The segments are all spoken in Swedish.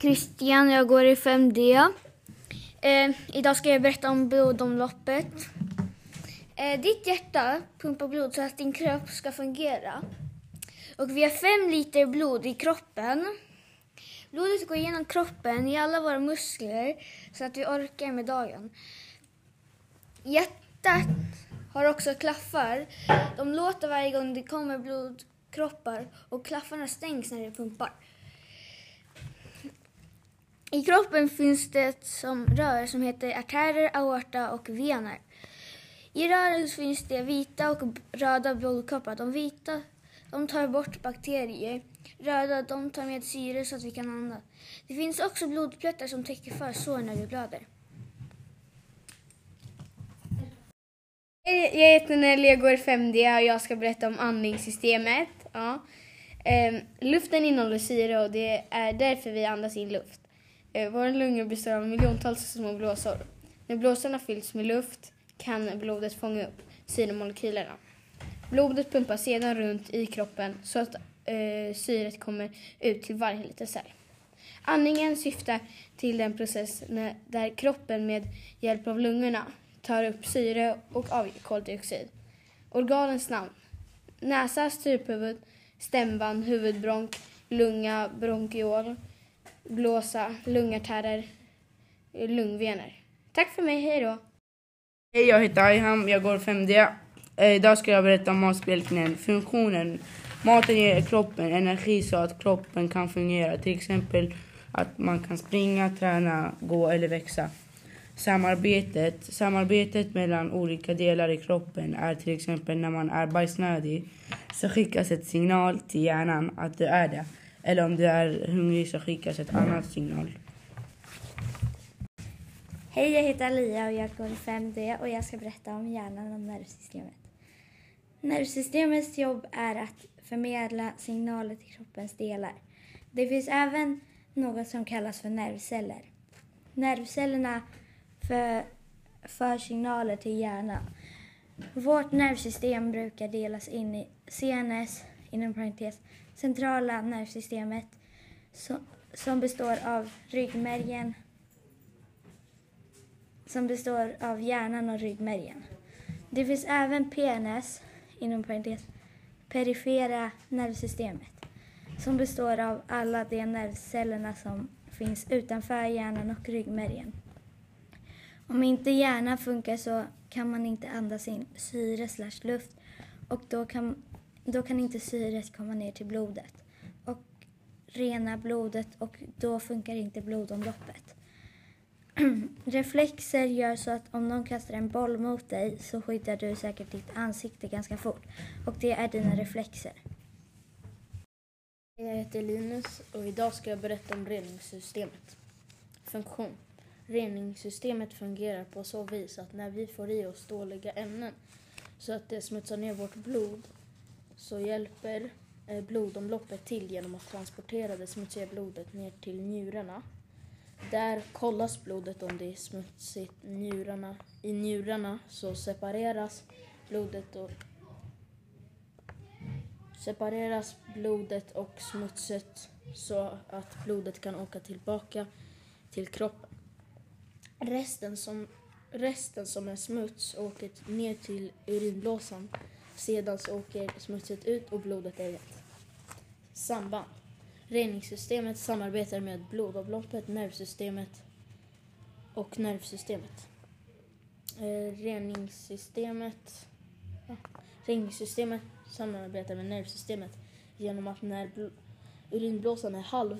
Christian, jag går i 5D. Idag ska jag berätta om blodomloppet. Ditt hjärta pumpar blod så att din kropp ska fungera. Och vi har 5 liter blod i kroppen. Blodet går igenom kroppen i alla våra muskler så att vi orkar med dagen. Hjärtat har också klaffar. De låter varje gång det kommer blodkroppar och klaffarna stängs när det pumpar. I kroppen finns det rör som heter artärer, aorta och vener. I rören finns det vita och röda blodkroppar. De vita tar bort bakterier. Röda tar med syre så att vi kan andas. Det finns också blodplättar som täcker för sår när vi blöder. Jag heter Nelly, jag går i 5D och jag ska berätta om andningssystemet. Ja. Luften innehåller syre och det är därför vi andas in luft. Våra lungor består av miljontals små blåsor. När blåsorna fylls med luft kan blodet fånga upp syremolekylerna. Blodet pumpas sedan runt i kroppen så att syret kommer ut till varje liten cell. Andningen syftar till den process där kroppen med hjälp av lungorna tar upp syre och avger koldioxid. Organens namn: näsa, struphuvud, stämband, huvudbronk, lunga, bronkiol, blåsa, lungartärer, lungvener. Tack för mig, hej då! Hej, jag heter Ayham, jag går 5D. Idag ska jag berätta om matspelkningen. Funktionen: maten ger kroppen energi så att kroppen kan fungera. Till exempel att man kan springa, träna, gå eller växa. Samarbetet mellan olika delar i kroppen är till exempel när man är bajsnödig så skickas ett signal till hjärnan att du är det. Eller om du är hungrig så skickas ett annat signal. Hej, jag heter Alia och jag går i 5D och jag ska berätta om hjärnan och nervsystemet. Nervsystemets jobb är att förmedla signaler till kroppens delar. Det finns även något som kallas för nervceller. Nervcellerna för signaler till hjärnan. Vårt nervsystem brukar delas in i CNS, inom parentes, centrala nervsystemet, som består av ryggmärgen, som består av hjärnan och ryggmärgen. Det finns även PNS, inom parentes, perifera nervsystemet, som består av alla de nervcellerna som finns utanför hjärnan och ryggmärgen. Om inte hjärnan funkar så kan man inte andas in syre/luft och då kan inte syret komma ner till blodet och rena blodet och då funkar inte blodomloppet. Reflexer gör så att om någon kastar en boll mot dig så skyddar du säkert ditt ansikte ganska fort och det är dina reflexer. Jag heter Linus och idag ska jag berätta om reningssystemet. Funktion: reningssystemet fungerar på så vis att när vi får i oss dåliga ämnen så att det smutsar ner vårt blod så hjälper blodomloppet till genom att transportera det smutsiga blodet ner till njurarna. Där kollas blodet om det är smutsigt i njurarna så separeras blodet och smutset så att blodet kan åka tillbaka till kroppen. Resten som är smuts åker ner till urinblåsan. Sedan så åker smutset ut och blodet är rent. Samband: reningssystemet samarbetar med blodomloppet, nervsystemet och nervsystemet. Reningssystemet samarbetar med nervsystemet genom att när urinblåsan är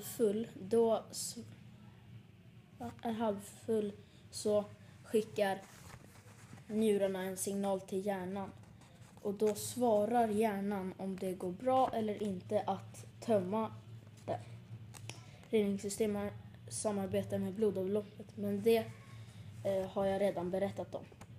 halvfull så skickar njurarna en signal till hjärnan. Och då svarar hjärnan om det går bra eller inte att tömma det. Reningssystemet samarbetar med blodomloppet, men det har jag redan berättat om.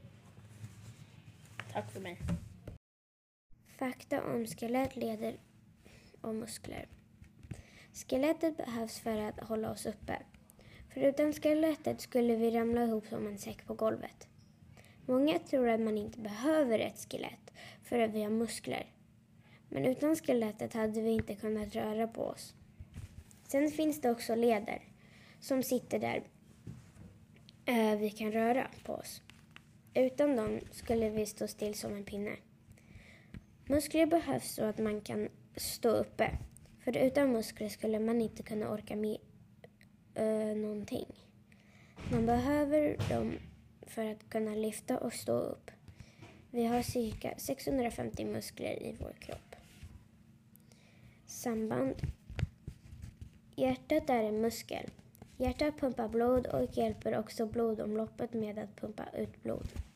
Tack för mig. Fakta om skelett, leder och muskler. Skelettet behövs för att hålla oss uppe. Förutom skelettet skulle vi ramla ihop som en säck på golvet. Många tror att man inte behöver ett skelett för att vi har muskler. Men utan skelettet hade vi inte kunnat röra på oss. Sen finns det också leder. som sitter där vi kan röra på oss. Utan dem skulle vi stå still som en pinne. Muskler behövs så att man kan stå uppe. För utan muskler skulle man inte kunna orka med någonting. Man behöver dem för att kunna lyfta och stå upp. Vi har cirka 650 muskler i vår kropp. Samband. Hjärtat är en muskel. Hjärtat pumpar blod och hjälper också blodomloppet med att pumpa ut blod.